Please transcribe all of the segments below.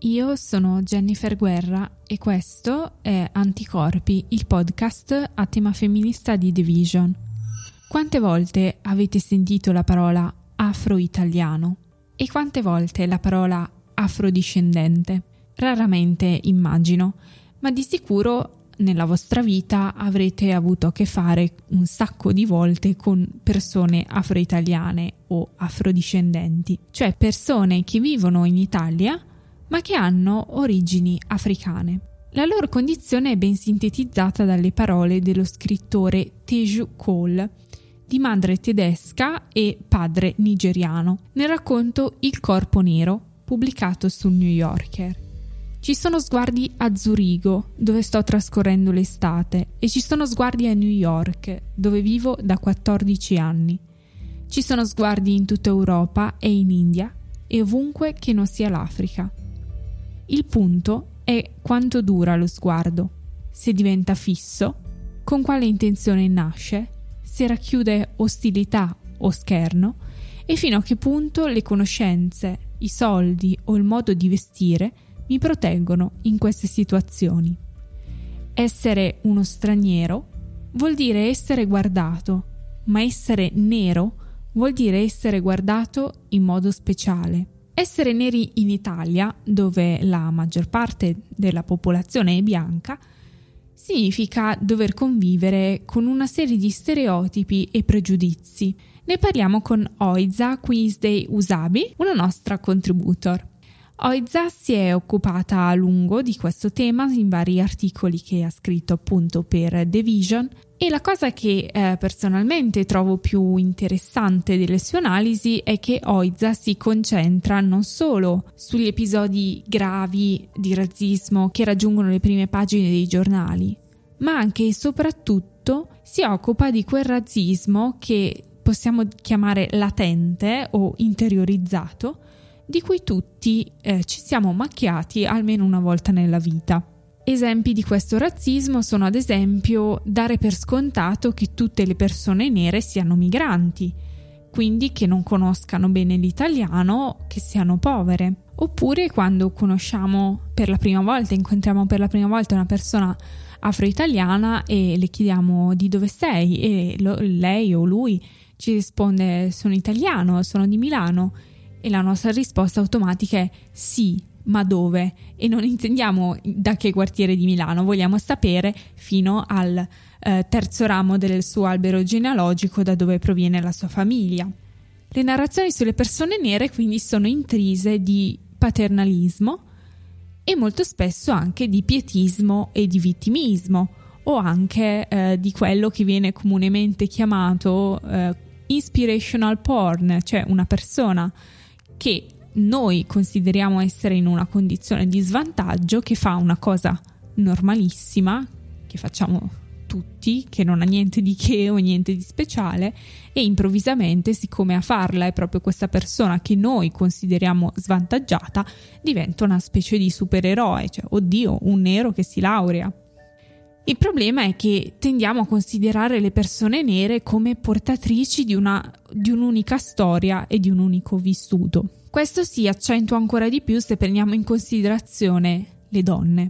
Io sono Jennifer Guerra e questo è Anticorpi, il podcast a tema femminista di The Vision. Quante volte avete sentito la parola afro-italiano? E quante volte la parola afrodiscendente? Raramente, immagino, ma di sicuro nella vostra vita avrete avuto a che fare un sacco di volte con persone afro-italiane o afrodiscendenti, cioè persone che vivono in Italia ma che hanno origini africane. La loro condizione è ben sintetizzata dalle parole dello scrittore Teju Cole, di madre tedesca e padre nigeriano, nel racconto Il corpo nero, pubblicato sul New Yorker. Ci sono sguardi a Zurigo, dove sto trascorrendo l'estate, e ci sono sguardi a New York, dove vivo da 14 anni. Ci sono sguardi in tutta Europa e in India, e ovunque che non sia l'Africa. Il punto è quanto dura lo sguardo, se diventa fisso, con quale intenzione nasce, se racchiude ostilità o scherno e fino a che punto le conoscenze, i soldi o il modo di vestire mi proteggono in queste situazioni. Essere uno straniero vuol dire essere guardato, ma essere nero vuol dire essere guardato in modo speciale. Essere neri in Italia, dove la maggior parte della popolazione è bianca, significa dover convivere con una serie di stereotipi e pregiudizi. Ne parliamo con Oiza Quisdey Usabi, una nostra contributor. Oiza si è occupata a lungo di questo tema in vari articoli che ha scritto appunto per The Vision, e la cosa che personalmente trovo più interessante delle sue analisi è che Oiza si concentra non solo sugli episodi gravi di razzismo che raggiungono le prime pagine dei giornali, ma anche e soprattutto si occupa di quel razzismo che possiamo chiamare latente o interiorizzato, di cui tutti ci siamo macchiati almeno una volta nella vita. Esempi di questo razzismo sono ad esempio dare per scontato che tutte le persone nere siano migranti, quindi che non conoscano bene l'italiano, che siano povere. Oppure quando incontriamo per la prima volta una persona afro-italiana e le chiediamo di dove sei e lei o lui ci risponde sono italiano, sono di Milano, e la nostra risposta automatica è sì, ma dove? E non intendiamo da che quartiere di Milano, vogliamo sapere fino al terzo ramo del suo albero genealogico da dove proviene la sua famiglia. Le narrazioni sulle persone nere quindi sono intrise di paternalismo e molto spesso anche di pietismo e di vittimismo, o anche di quello che viene comunemente chiamato inspirational porn, cioè una persona che noi consideriamo essere in una condizione di svantaggio, che fa una cosa normalissima, che facciamo tutti, che non ha niente di che o niente di speciale, e improvvisamente, siccome a farla è proprio questa persona che noi consideriamo svantaggiata, diventa una specie di supereroe, cioè oddio, un nero che si laurea. Il problema è che tendiamo a considerare le persone nere come portatrici di un'unica storia e di un unico vissuto. Questo si accentua ancora di più se prendiamo in considerazione le donne.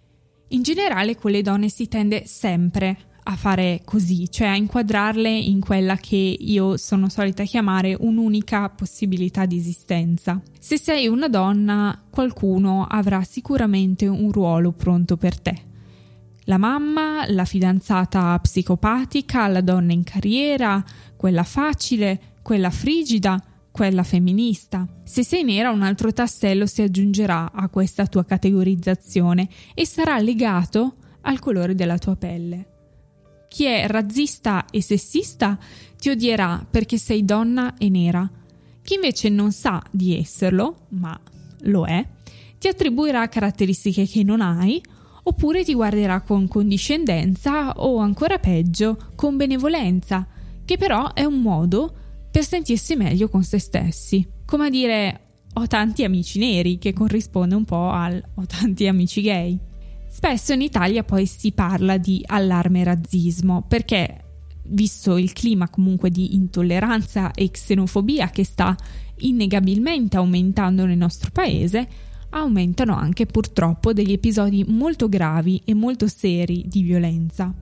In generale con le donne si tende sempre a fare così, cioè a inquadrarle in quella che io sono solita chiamare un'unica possibilità di esistenza. Se sei una donna, qualcuno avrà sicuramente un ruolo pronto per te. La mamma, la fidanzata psicopatica, la donna in carriera, quella facile, quella frigida, quella femminista. Se sei nera, un altro tassello si aggiungerà a questa tua categorizzazione e sarà legato al colore della tua pelle. Chi è razzista e sessista ti odierà perché sei donna e nera. Chi invece non sa di esserlo, ma lo è, ti attribuirà caratteristiche che non hai, oppure ti guarderà con condiscendenza o ancora peggio con benevolenza, che però è un modo per sentirsi meglio con se stessi. Come a dire ho tanti amici neri, che corrisponde un po' al ho tanti amici gay. Spesso in Italia poi si parla di allarme razzismo perché, visto il clima comunque di intolleranza e xenofobia che sta innegabilmente aumentando nel nostro paese, aumentano anche purtroppo degli episodi molto gravi e molto seri di violenza.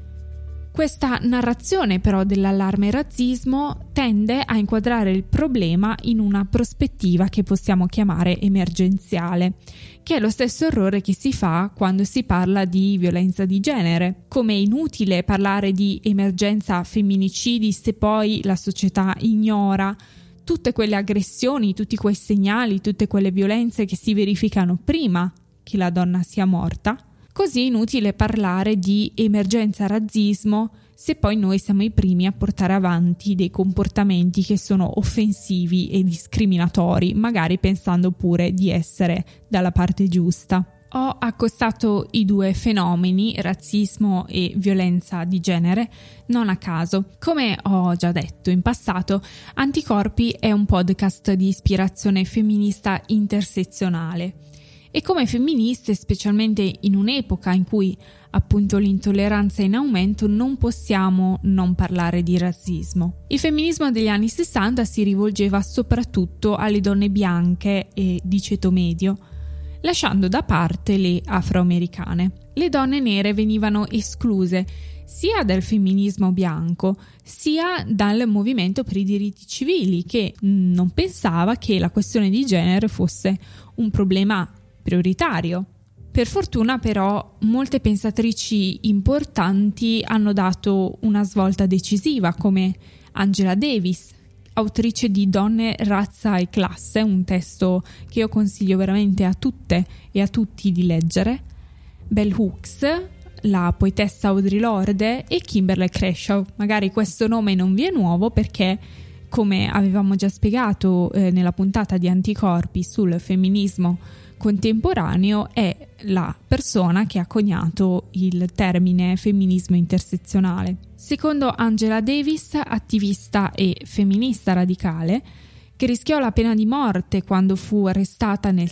Questa narrazione però dell'allarme razzismo tende a inquadrare il problema in una prospettiva che possiamo chiamare emergenziale, che è lo stesso errore che si fa quando si parla di violenza di genere. Come è inutile parlare di emergenza femminicidi se poi la società ignora tutte quelle aggressioni, tutti quei segnali, tutte quelle violenze che si verificano prima che la donna sia morta. Così è inutile parlare di emergenza razzismo se poi noi siamo i primi a portare avanti dei comportamenti che sono offensivi e discriminatori, magari pensando pure di essere dalla parte giusta. Ho accostato i due fenomeni, razzismo e violenza di genere, non a caso. Come ho già detto in passato, Anticorpi è un podcast di ispirazione femminista intersezionale. E come femministe, specialmente in un'epoca in cui appunto l'intolleranza è in aumento, non possiamo non parlare di razzismo. Il femminismo degli anni 60 si rivolgeva soprattutto alle donne bianche e di ceto medio, lasciando da parte le afroamericane. Le donne nere venivano escluse sia dal femminismo bianco, sia dal movimento per i diritti civili, che non pensava che la questione di genere fosse un problema prioritario. Per fortuna però molte pensatrici importanti hanno dato una svolta decisiva, come Angela Davis, autrice di Donne, razza e classe, un testo che io consiglio veramente a tutte e a tutti di leggere, Bell Hooks, la poetessa Audre Lorde e Kimberly Crenshaw. Magari questo nome non vi è nuovo perché, come avevamo già spiegato nella puntata di Anticorpi sul femminismo contemporaneo, è la persona che ha coniato il termine femminismo intersezionale. Secondo Angela Davis, attivista e femminista radicale, che rischiò la pena di morte quando fu arrestata nel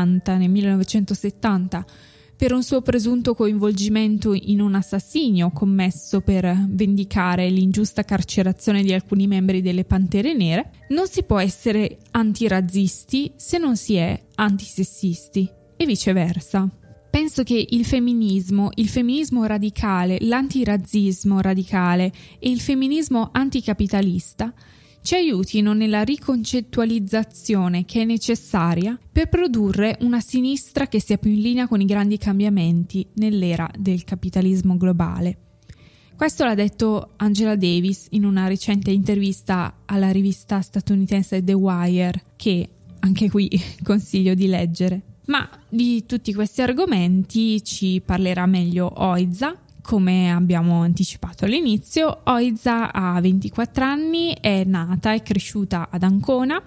1970, per un suo presunto coinvolgimento in un assassinio commesso per vendicare l'ingiusta carcerazione di alcuni membri delle Pantere Nere, non si può essere antirazzisti se non si è antisessisti, e viceversa. Penso che il femminismo radicale, l'antirazzismo radicale e il femminismo anticapitalista ci aiutino nella riconcettualizzazione che è necessaria per produrre una sinistra che sia più in linea con i grandi cambiamenti nell'era del capitalismo globale. Questo l'ha detto Angela Davis in una recente intervista alla rivista statunitense The Wire, che anche qui consiglio di leggere. Ma di tutti questi argomenti ci parlerà meglio Oiza. Come abbiamo anticipato all'inizio, Oiza ha 24 anni, è nata e cresciuta ad Ancona,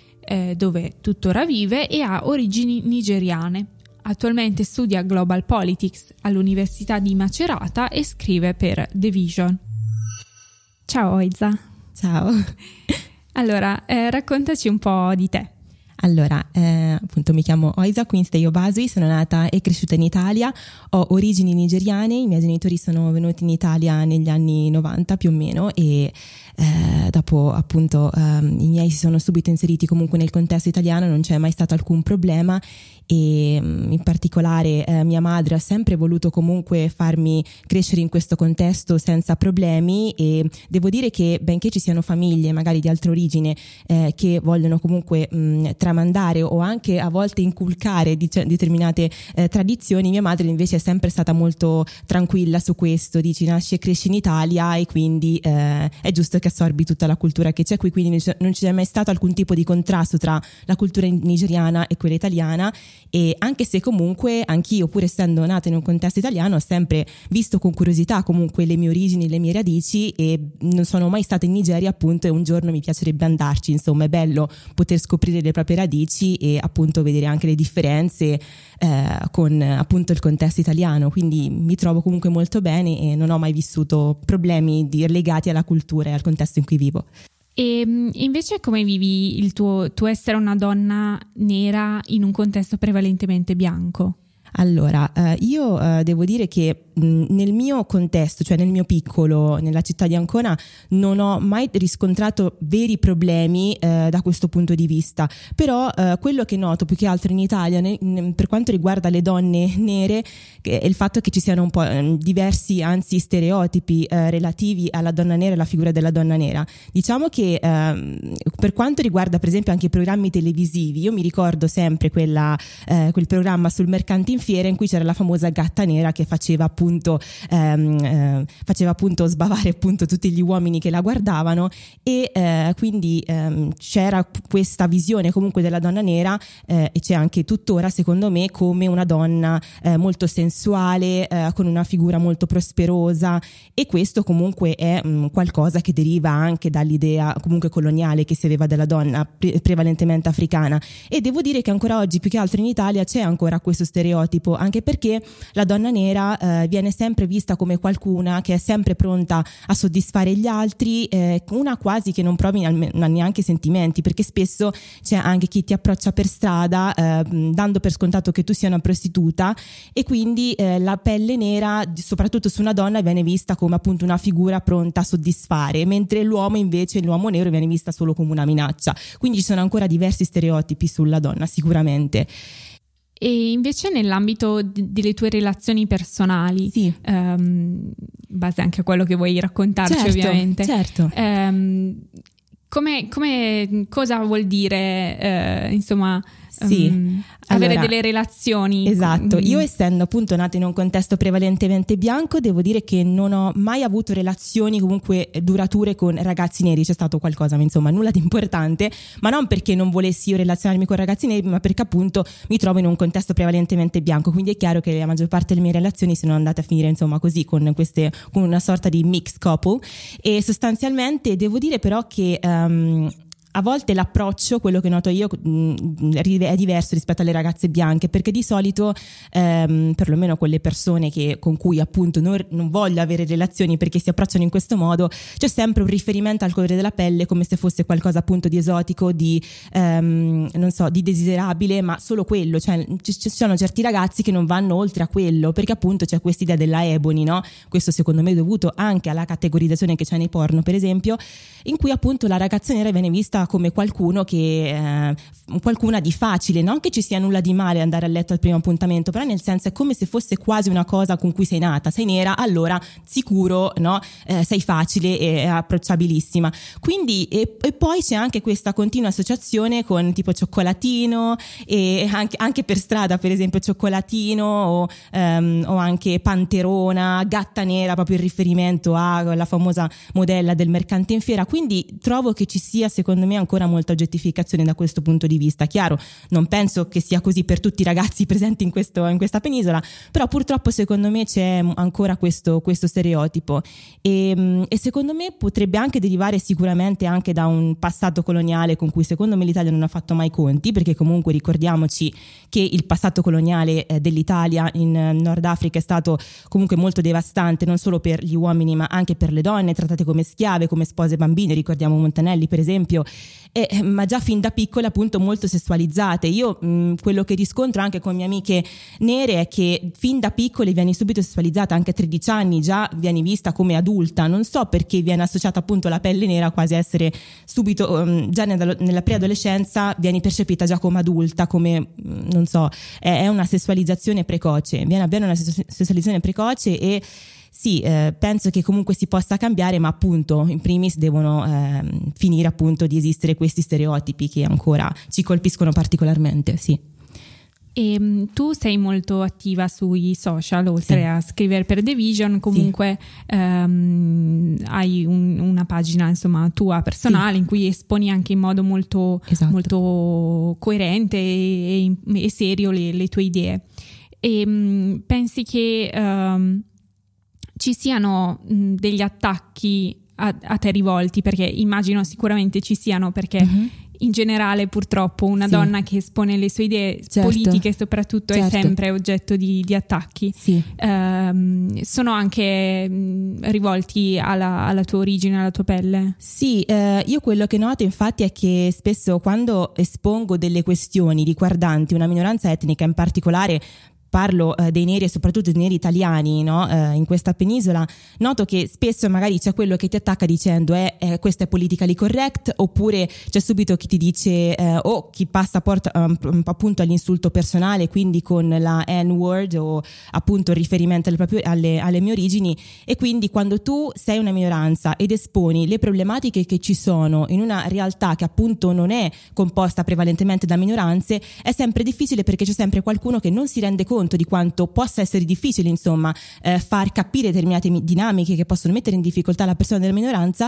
dove tuttora vive, e ha origini nigeriane. Attualmente studia Global Politics all'Università di Macerata e scrive per The Vision. Ciao Oiza. Ciao. Allora, raccontaci un po' di te. Allora, appunto mi chiamo Oiza Quinstay Obasui, sono nata e cresciuta in Italia, ho origini nigeriane, i miei genitori sono venuti in Italia negli anni 90 più o meno, e dopo appunto i miei si sono subito inseriti comunque nel contesto italiano, non c'è mai stato alcun problema, e in particolare mia madre ha sempre voluto comunque farmi crescere in questo contesto senza problemi, e devo dire che benché ci siano famiglie magari di altra origine che vogliono comunque tramandare o anche a volte inculcare determinate tradizioni, mia madre invece è sempre stata molto tranquilla su questo, dici nasci e cresci in Italia e quindi è giusto che assorbi tutta la cultura che c'è qui, quindi non c'è mai stato alcun tipo di contrasto tra la cultura nigeriana e quella italiana. E anche se comunque anch'io, pur essendo nata in un contesto italiano, ho sempre visto con curiosità comunque le mie origini, le mie radici, e non sono mai stata in Nigeria appunto, e un giorno mi piacerebbe andarci. Insomma, è bello poter scoprire le proprie radici e appunto vedere anche le differenze con appunto il contesto italiano, quindi mi trovo comunque molto bene e non ho mai vissuto problemi legati alla cultura e al contesto in cui vivo. E invece come vivi il tuo essere una donna nera in un contesto prevalentemente bianco? Allora, io devo dire che nel mio contesto, cioè nel mio piccolo, nella città di Ancona, non ho mai riscontrato veri problemi da questo punto di vista, però quello che noto più che altro in Italia per quanto riguarda le donne nere è il fatto che ci siano un po' diversi, anzi stereotipi relativi alla donna nera e alla figura della donna nera. Diciamo che per quanto riguarda per esempio anche i programmi televisivi, io mi ricordo sempre quel programma sul mercante in fiera in cui c'era la famosa gatta nera che faceva appunto sbavare appunto tutti gli uomini che la guardavano, e quindi c'era questa visione comunque della donna nera, e c'è anche tuttora secondo me, come una donna molto sensuale, con una figura molto prosperosa, e questo comunque è qualcosa che deriva anche dall'idea comunque coloniale che si aveva della donna prevalentemente africana. E devo dire che ancora oggi più che altro in Italia c'è ancora questo stereotipo, anche perché la donna nera viene sempre vista come qualcuna che è sempre pronta a soddisfare gli altri, una quasi che non provi neanche sentimenti, perché spesso c'è anche chi ti approccia per strada dando per scontato che tu sia una prostituta, e quindi la pelle nera soprattutto su una donna viene vista come appunto una figura pronta a soddisfare, mentre l'uomo nero viene vista solo come una minaccia. Quindi ci sono ancora diversi stereotipi sulla donna sicuramente. E invece nell'ambito delle tue relazioni personali, sì, in base anche a quello che vuoi raccontarci, certo, ovviamente, certo. Cosa vuol dire insomma sì, avere delle relazioni? Esatto, io essendo appunto nata in un contesto prevalentemente bianco, devo dire che non ho mai avuto relazioni comunque durature con ragazzi neri. C'è stato qualcosa, ma insomma nulla di importante, ma non perché non volessi io relazionarmi con ragazzi neri, ma perché appunto mi trovo in un contesto prevalentemente bianco, quindi è chiaro che la maggior parte delle mie relazioni sono andate a finire insomma così, con una sorta di mixed couple. E sostanzialmente devo dire però che a volte l'approccio, quello che noto io, è diverso rispetto alle ragazze bianche, perché di solito perlomeno con le persone con cui appunto non voglio avere relazioni perché si approcciano in questo modo, c'è sempre un riferimento al colore della pelle come se fosse qualcosa appunto di esotico, di non so, di desiderabile, ma solo quello. Cioè ci sono certi ragazzi che non vanno oltre a quello, perché appunto c'è questa idea della ebony, no? Questo secondo me è dovuto anche alla categorizzazione che c'è nei porno, per esempio, in cui appunto la ragazza nera viene vista come qualcuno qualcuna di facile, non che ci sia nulla di male andare a letto al primo appuntamento, però nel senso è come se fosse quasi una cosa con cui sei nata, sei nera, allora sicuro, no? Sei facile e approcciabilissima. Quindi e poi c'è anche questa continua associazione con tipo cioccolatino, e anche per strada per esempio cioccolatino o anche panterona, gatta nera, proprio il riferimento alla famosa modella del mercante in fiera. Quindi trovo che ci sia secondo me ancora molta oggettificazione da questo punto di vista. Chiaro, non penso che sia così per tutti i ragazzi presenti in questa penisola, però purtroppo secondo me c'è ancora questo stereotipo, e secondo me potrebbe anche derivare sicuramente anche da un passato coloniale con cui secondo me l'Italia non ha fatto mai conti, perché comunque ricordiamoci che il passato coloniale dell'Italia in Nord Africa è stato comunque molto devastante, non solo per gli uomini ma anche per le donne, trattate come schiave, come spose bambine. Ricordiamo Montanelli per esempio, ma già fin da piccole appunto molto sessualizzate. Io quello che riscontro anche con mie amiche nere è che fin da piccole vieni subito sessualizzata, anche a 13 anni già vieni vista come adulta, non so perché viene associata appunto la pelle nera quasi a essere subito, già nella preadolescenza vieni percepita già come adulta, come non so, è una sessualizzazione precoce, viene avere una sessualizzazione precoce. E sì, penso che comunque si possa cambiare, ma appunto in primis devono finire appunto di esistere questi stereotipi che ancora ci colpiscono particolarmente, sì. E tu sei molto attiva sui social, oltre sì. a scrivere per The Vision, comunque sì. Hai una pagina insomma tua personale, sì, in cui esponi anche in modo molto, esatto, molto coerente e serio le tue idee. E pensi che ci siano degli attacchi a te rivolti? Perché immagino sicuramente ci siano, perché in generale purtroppo una, sì, donna che espone le sue idee, certo, politiche soprattutto, certo, è sempre oggetto di attacchi. Sì. Sono anche rivolti alla tua origine, alla tua pelle? Sì, io quello che noto infatti è che spesso quando espongo delle questioni riguardanti una minoranza etnica in particolare, parlo dei neri e soprattutto dei neri italiani, no? In questa penisola, noto che spesso magari c'è quello che ti attacca dicendo questo è politically correct, oppure c'è subito chi ti dice o chi passa appunto all'insulto personale, quindi con la N-word o appunto il riferimento alle mie origini. E quindi quando tu sei una minoranza ed esponi le problematiche che ci sono in una realtà che appunto non è composta prevalentemente da minoranze, è sempre difficile, perché c'è sempre qualcuno che non si rende conto di quanto possa essere difficile, insomma, far capire determinate dinamiche che possono mettere in difficoltà la persona della minoranza,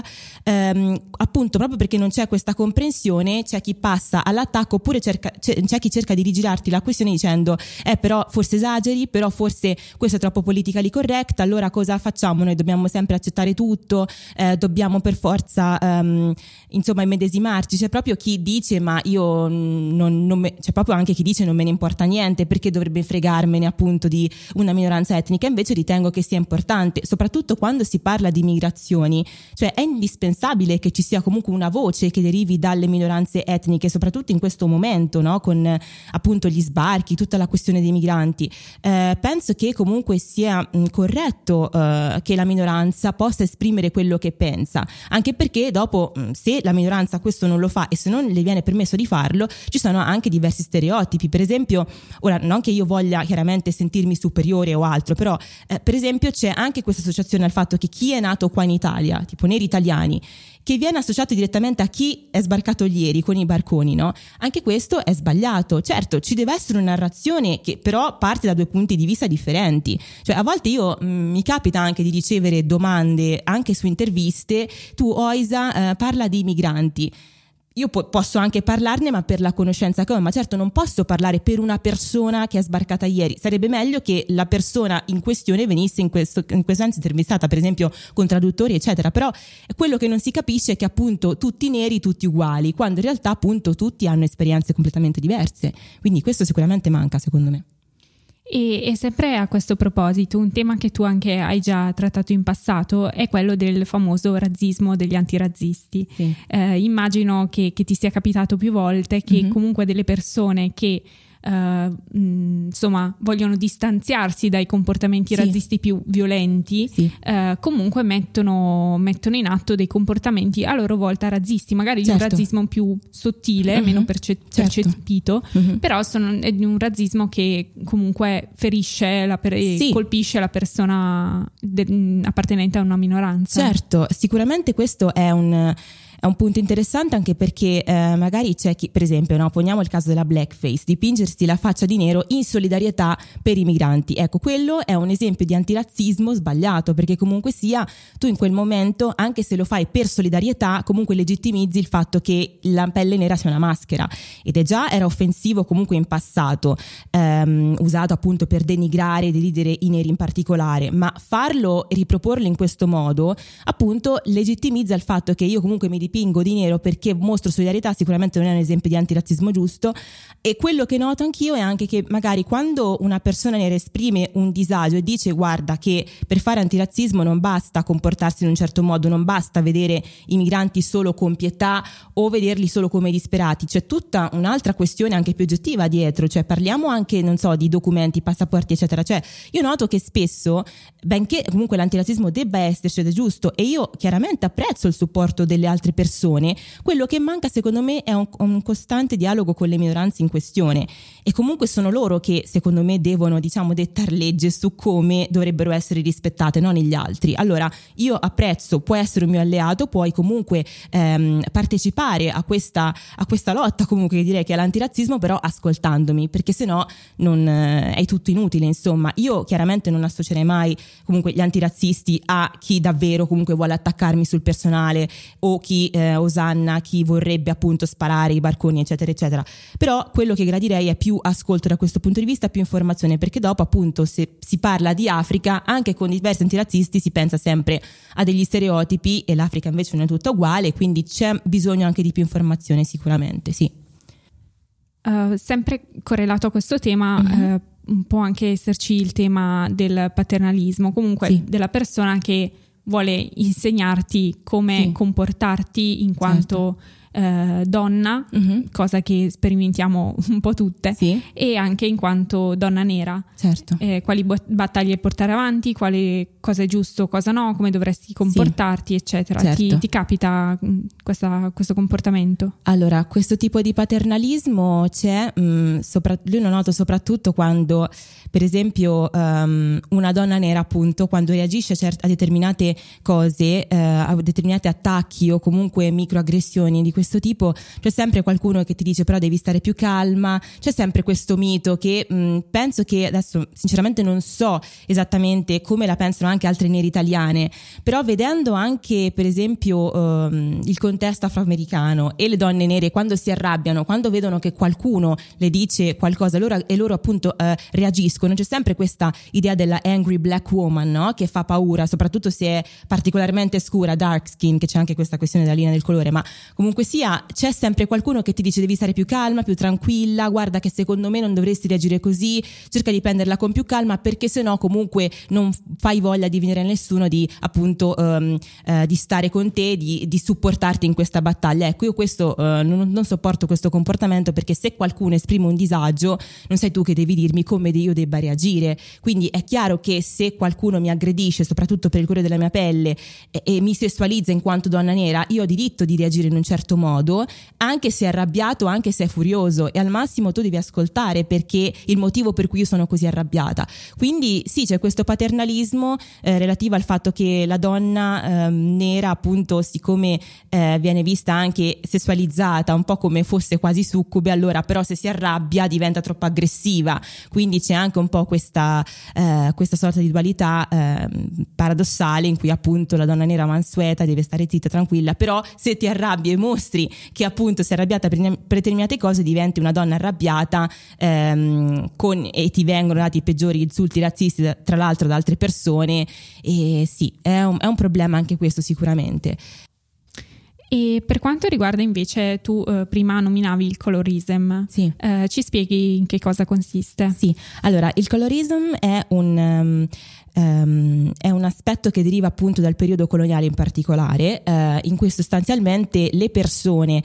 appunto proprio perché non c'è questa comprensione. C'è chi passa all'attacco, oppure c'è chi cerca di rigirarti la questione dicendo però forse esageri, però forse questo è troppo politically correct, allora cosa facciamo? Noi dobbiamo sempre accettare tutto, dobbiamo per forza insomma immedesimarci. C'è proprio chi dice ma io c'è proprio anche chi dice non me ne importa niente, perché dovrebbe fregarmene appunto di una minoranza etnica. Invece ritengo che sia importante, soprattutto quando si parla di migrazioni, cioè è indispensabile che ci sia comunque una voce che derivi dalle minoranze etniche, soprattutto in questo momento, no? Con appunto gli sbarchi, tutta la questione dei migranti. Penso che comunque sia corretto che la minoranza possa esprimere quello che pensa, anche perché dopo se la minoranza questo non lo fa e se non le viene permesso di farlo, ci sono anche diversi stereotipi. Per esempio, ora non che io voglia chiaramente sentirmi superiore o altro, però per esempio c'è anche questa associazione al fatto che chi è nato qua in Italia, tipo neri italiani, che viene associato direttamente a chi è sbarcato ieri con i barconi, no? Anche questo è sbagliato. Certo, ci deve essere una narrazione che però parte da due punti di vista differenti. Cioè, a volte mi capita anche di ricevere domande anche su interviste: tu Oisa parla di migranti. Io posso anche parlarne, ma per la conoscenza che ho, ma certo non posso parlare per una persona che è sbarcata ieri. Sarebbe meglio che la persona in questione venisse in questo senso intervistata, per esempio con traduttori eccetera. Però quello che non si capisce è che appunto tutti neri, tutti uguali, quando in realtà appunto tutti hanno esperienze completamente diverse. Quindi questo sicuramente manca, secondo me. E sempre a questo proposito, un tema che tu anche hai già trattato in passato è quello del famoso razzismo degli antirazzisti. Sì. Immagino che ti sia capitato più volte che comunque delle persone che insomma vogliono distanziarsi dai comportamenti razzisti più violenti, comunque mettono in atto dei comportamenti a loro volta razzisti, magari di un razzismo più sottile, meno percepito, però è di un razzismo che comunque ferisce colpisce la persona appartenente a una minoranza. Certo, sicuramente questo è un punto interessante, anche perché magari c'è chi, per esempio, no, poniamo il caso della blackface, dipingersi la faccia di nero in solidarietà per i migranti. Ecco, quello è un esempio di antirazzismo sbagliato, perché comunque sia tu in quel momento, anche se lo fai per solidarietà, comunque legittimizzi il fatto che la pelle nera sia una maschera, ed era offensivo comunque in passato, usato appunto per denigrare e deridere i neri in particolare, ma farlo e riproporlo in questo modo appunto legittimizza il fatto che io comunque mi dipingo di nero perché mostro solidarietà. Sicuramente non è un esempio di antirazzismo giusto. E quello che noto anch'io è anche che magari quando una persona nera esprime un disagio e dice guarda che per fare antirazzismo non basta comportarsi in un certo modo, non basta vedere i migranti solo con pietà o vederli solo come disperati, c'è tutta un'altra questione anche più oggettiva dietro. Cioè parliamo anche, non so, di documenti, passaporti eccetera. Cioè io noto che spesso, benché comunque l'antirazzismo debba esserci ed è giusto, e io chiaramente apprezzo il supporto delle altre persone, quello che manca secondo me è un costante dialogo con le minoranze in questione, e comunque sono loro che secondo me devono, diciamo, dettar legge su come dovrebbero essere rispettate, non gli altri. Allora io apprezzo, puoi essere un mio alleato, puoi comunque partecipare a questa lotta, comunque direi che è l'antirazzismo, però ascoltandomi, perché sennò non è tutto inutile. Insomma, io chiaramente non associerei mai comunque gli antirazzisti a chi davvero comunque vuole attaccarmi sul personale o chi osanna chi vorrebbe appunto sparare i barconi eccetera eccetera. Però quello che gradirei è più ascolto da questo punto di vista, più informazione, perché dopo appunto se si parla di Africa anche con diversi antirazzisti si pensa sempre a degli stereotipi e l'Africa invece non è tutta uguale, quindi c'è bisogno anche di più informazione sicuramente, sì. Sempre correlato a questo tema può anche esserci il tema del paternalismo, comunque della persona che vuole insegnarti come comportarti in quanto donna, cosa che sperimentiamo un po' tutte, sì, e anche in quanto donna nera. certo. Quali battaglie portare avanti, cosa è giusto, cosa no, come dovresti comportarti, eccetera. Certo. Ti capita questo comportamento? Allora, questo tipo di paternalismo c'è, io lo noto soprattutto quando, per esempio, una donna nera, appunto, quando reagisce a determinate cose, a determinati attacchi o comunque microaggressioni di questo tipo, c'è sempre qualcuno che ti dice però devi stare più calma. C'è sempre questo mito che penso che, adesso sinceramente non so esattamente come la pensano anche altre nere italiane, però vedendo anche per esempio il contesto afroamericano e le donne nere quando si arrabbiano, quando vedono che qualcuno le dice qualcosa loro appunto reagiscono, c'è sempre questa idea della angry black woman, no? Che fa paura, soprattutto se è particolarmente scura, dark skin, che c'è anche questa questione della linea del colore, ma comunque sia c'è sempre qualcuno che ti dice devi stare più calma, più tranquilla, guarda che secondo me non dovresti reagire così, cerca di prenderla con più calma, perché sennò comunque non fai voglia di venire a nessuno di appunto di stare con te, di supportarti in questa battaglia. Ecco, io questo non sopporto questo comportamento, perché se qualcuno esprime un disagio non sei tu che devi dirmi come io debba reagire. Quindi è chiaro che se qualcuno mi aggredisce, soprattutto per il colore della mia pelle, e mi sessualizza in quanto donna nera, io ho diritto di reagire in un certo modo, anche se è arrabbiato, anche se è furioso, e al massimo tu devi ascoltare perché il motivo per cui io sono così arrabbiata. Quindi sì, c'è questo paternalismo relativo al fatto che la donna nera, appunto, siccome viene vista anche sessualizzata, un po' come fosse quasi succube, allora però se si arrabbia diventa troppo aggressiva. Quindi c'è anche un po' questa sorta di dualità paradossale, in cui appunto la donna nera mansueta deve stare zitta, tranquilla, però se ti arrabbi e mostri che appunto sei arrabbiata per determinate cose, diventi una donna arrabbiata, e ti vengono dati i peggiori insulti razzisti tra l'altro da altre persone. E sì, è un problema anche questo, sicuramente. E per quanto riguarda invece, tu prima nominavi il colorism, sì. Ci spieghi in che cosa consiste? Sì, allora il colorism è un aspetto che deriva appunto dal periodo coloniale in particolare, in cui sostanzialmente le persone,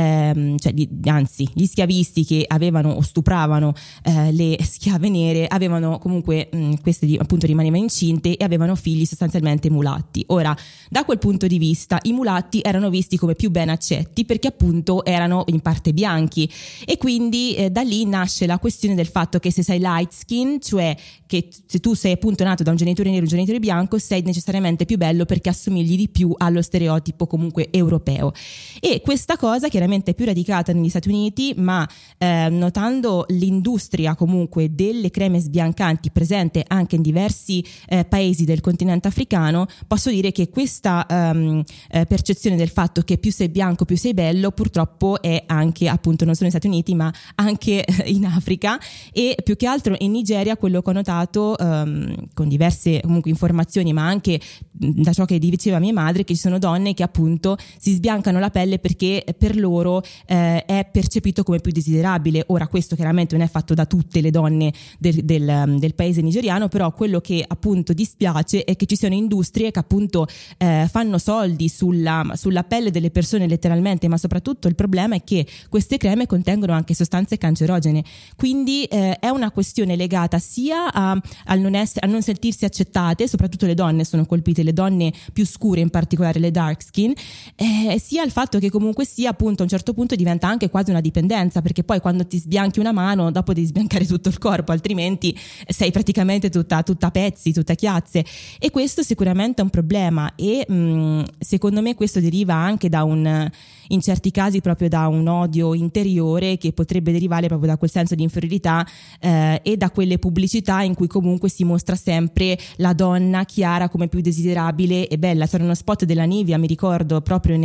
anzi gli schiavisti che avevano o stupravano le schiave nere, avevano comunque queste appunto rimanevano incinte e avevano figli sostanzialmente mulatti. Ora, da quel punto di vista i mulatti erano visti come più ben accetti, perché appunto erano in parte bianchi, e quindi da lì nasce la questione del fatto che se sei light skin, cioè che se tu sei appunto nato da un genitore nero e un genitore bianco, sei necessariamente più bello perché assomigli di più allo stereotipo comunque europeo. E questa cosa chiaramente è più radicata negli Stati Uniti, ma notando l'industria comunque delle creme sbiancanti presente anche in diversi paesi del continente africano, posso dire che questa percezione del fatto che più sei bianco più sei bello purtroppo è anche appunto non solo negli Stati Uniti ma anche in Africa, e più che altro in Nigeria. Quello che ho notato con diverse comunque informazioni, ma anche da ciò che diceva mia madre, che ci sono donne che appunto si sbiancano la pelle perché per loro è percepito come più desiderabile. Ora questo chiaramente non è fatto da tutte le donne del paese nigeriano, però quello che appunto dispiace è che ci siano industrie che appunto fanno soldi sulla pelle delle persone letteralmente, ma soprattutto il problema è che queste creme contengono anche sostanze cancerogene. Quindi è una questione legata sia a non sentirsi accettate, soprattutto le donne sono colpite, le donne più scure, in particolare le dark skin, sia al fatto che comunque sia appunto a un certo punto diventa anche quasi una dipendenza, perché poi quando ti sbianchi una mano dopo devi sbiancare tutto il corpo, altrimenti sei praticamente tutta pezzi, tutta chiazze, e questo sicuramente è un problema. E secondo me questo deriva anche in certi casi proprio da un odio interiore che potrebbe derivare proprio da quel senso di inferiorità e da quelle pubblicità in cui comunque si mostra sempre la donna chiara come più desiderabile e bella. C'era uno spot della Nivea, mi ricordo, proprio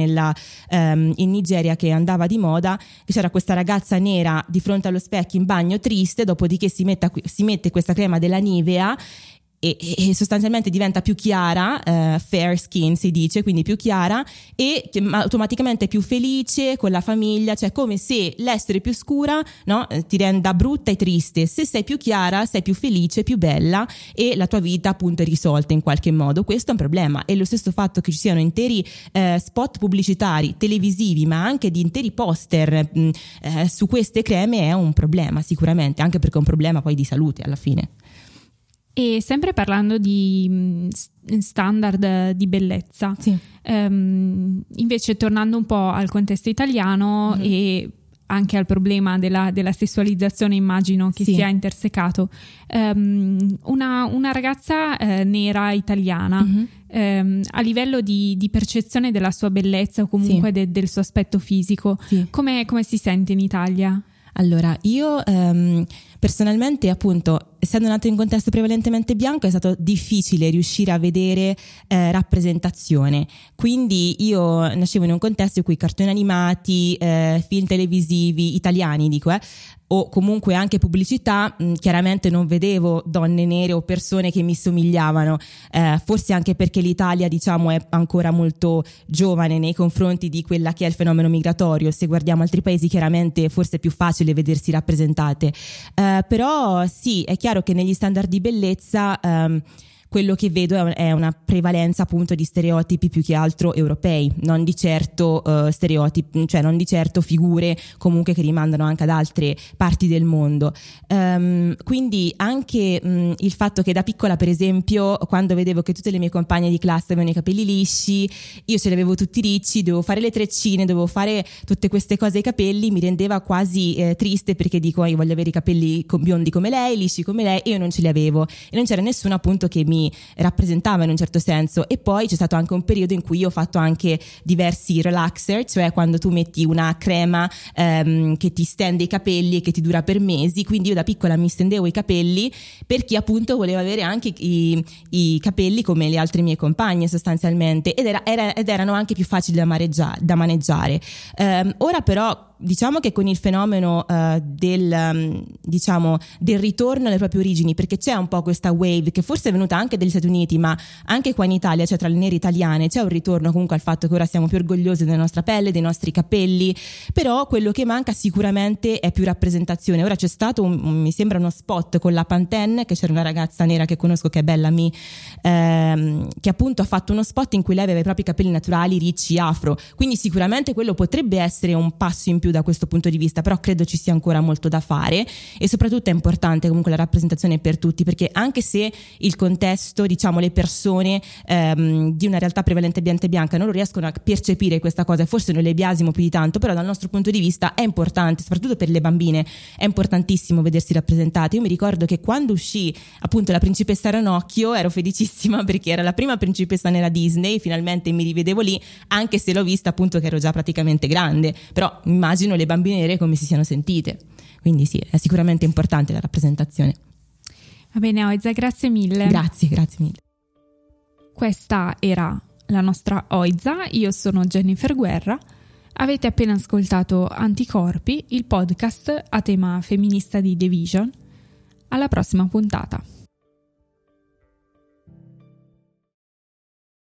in Nigeria, che andava di moda, che c'era questa ragazza nera di fronte allo specchio in bagno triste, dopodiché si mette questa crema della Nivea e sostanzialmente diventa più chiara, fair skin si dice, quindi più chiara e automaticamente più felice con la famiglia, cioè come se l'essere più scura, no, ti renda brutta e triste. Se sei più chiara sei più felice, più bella e la tua vita appunto è risolta in qualche modo. Questo è un problema, e lo stesso fatto che ci siano interi spot pubblicitari, televisivi, ma anche di interi poster su queste creme è un problema sicuramente, anche perché è un problema poi di salute alla fine. E sempre parlando di standard di bellezza, sì. Invece tornando un po' al contesto italiano e anche al problema della sessualizzazione, immagino che sia intersecato, una ragazza nera italiana, a livello di percezione della sua bellezza o comunque del suo aspetto fisico, come si sente in Italia? Allora, io personalmente, appunto, essendo nata in un contesto prevalentemente bianco, è stato difficile riuscire a vedere rappresentazione. Quindi io nascevo in un contesto in cui cartoni animati, film televisivi italiani, o comunque anche pubblicità, chiaramente non vedevo donne nere o persone che mi somigliavano, forse anche perché l'Italia, diciamo, è ancora molto giovane nei confronti di quella che è il fenomeno migratorio. Se guardiamo altri paesi, chiaramente forse è più facile vedersi rappresentate, però sì, è chiaro che negli standard di bellezza quello che vedo è una prevalenza appunto di stereotipi più che altro europei, non di certo stereotipi, cioè non di certo figure comunque che rimandano anche ad altre parti del mondo. Quindi anche il fatto che da piccola, per esempio, quando vedevo che tutte le mie compagne di classe avevano i capelli lisci, io ce li avevo tutti ricci, dovevo fare le treccine, dovevo fare tutte queste cose ai capelli, mi rendeva quasi triste, perché dico io voglio avere i capelli biondi come lei, lisci come lei, e io non ce li avevo e non c'era nessuno appunto che mi rappresentava in un certo senso. E poi c'è stato anche un periodo in cui io ho fatto anche diversi relaxer, cioè quando tu metti una crema che ti stende i capelli e che ti dura per mesi. Quindi io da piccola mi stendevo i capelli perché appunto volevo avere anche i capelli come le altre mie compagne sostanzialmente, ed erano anche più facili da maneggiare. Ora però diciamo che con il fenomeno del ritorno alle proprie origini, perché c'è un po' questa wave che forse è venuta anche dagli Stati Uniti, ma anche qua in Italia, cioè tra le nere italiane, c'è un ritorno comunque al fatto che ora siamo più orgogliose della nostra pelle, dei nostri capelli, però quello che manca sicuramente è più rappresentazione. Ora c'è stato mi sembra uno spot con la Pantene, che c'era una ragazza nera che conosco che è Bella Mi, che appunto ha fatto uno spot in cui lei aveva i propri capelli naturali ricci afro, quindi sicuramente quello potrebbe essere un passo in più da questo punto di vista, però credo ci sia ancora molto da fare. E soprattutto è importante comunque la rappresentazione per tutti, perché anche se il contesto, diciamo le persone di una realtà prevalentemente bianca non riescono a percepire questa cosa, e forse noi le biasimo più di tanto, però dal nostro punto di vista è importante, soprattutto per le bambine è importantissimo vedersi rappresentate. Io mi ricordo che quando uscì appunto La principessa Ranocchio ero felicissima perché era la prima principessa nella Disney, finalmente mi rivedevo lì, anche se l'ho vista appunto che ero già praticamente grande, però immagino le bambine nere come si siano sentite. Quindi sì, è sicuramente importante la rappresentazione. Va bene Oiza, grazie mille. Grazie mille. Questa era la nostra Oiza, io sono Jennifer Guerra. Avete appena ascoltato Anticorpi, il podcast a tema femminista di The Vision. Alla prossima puntata.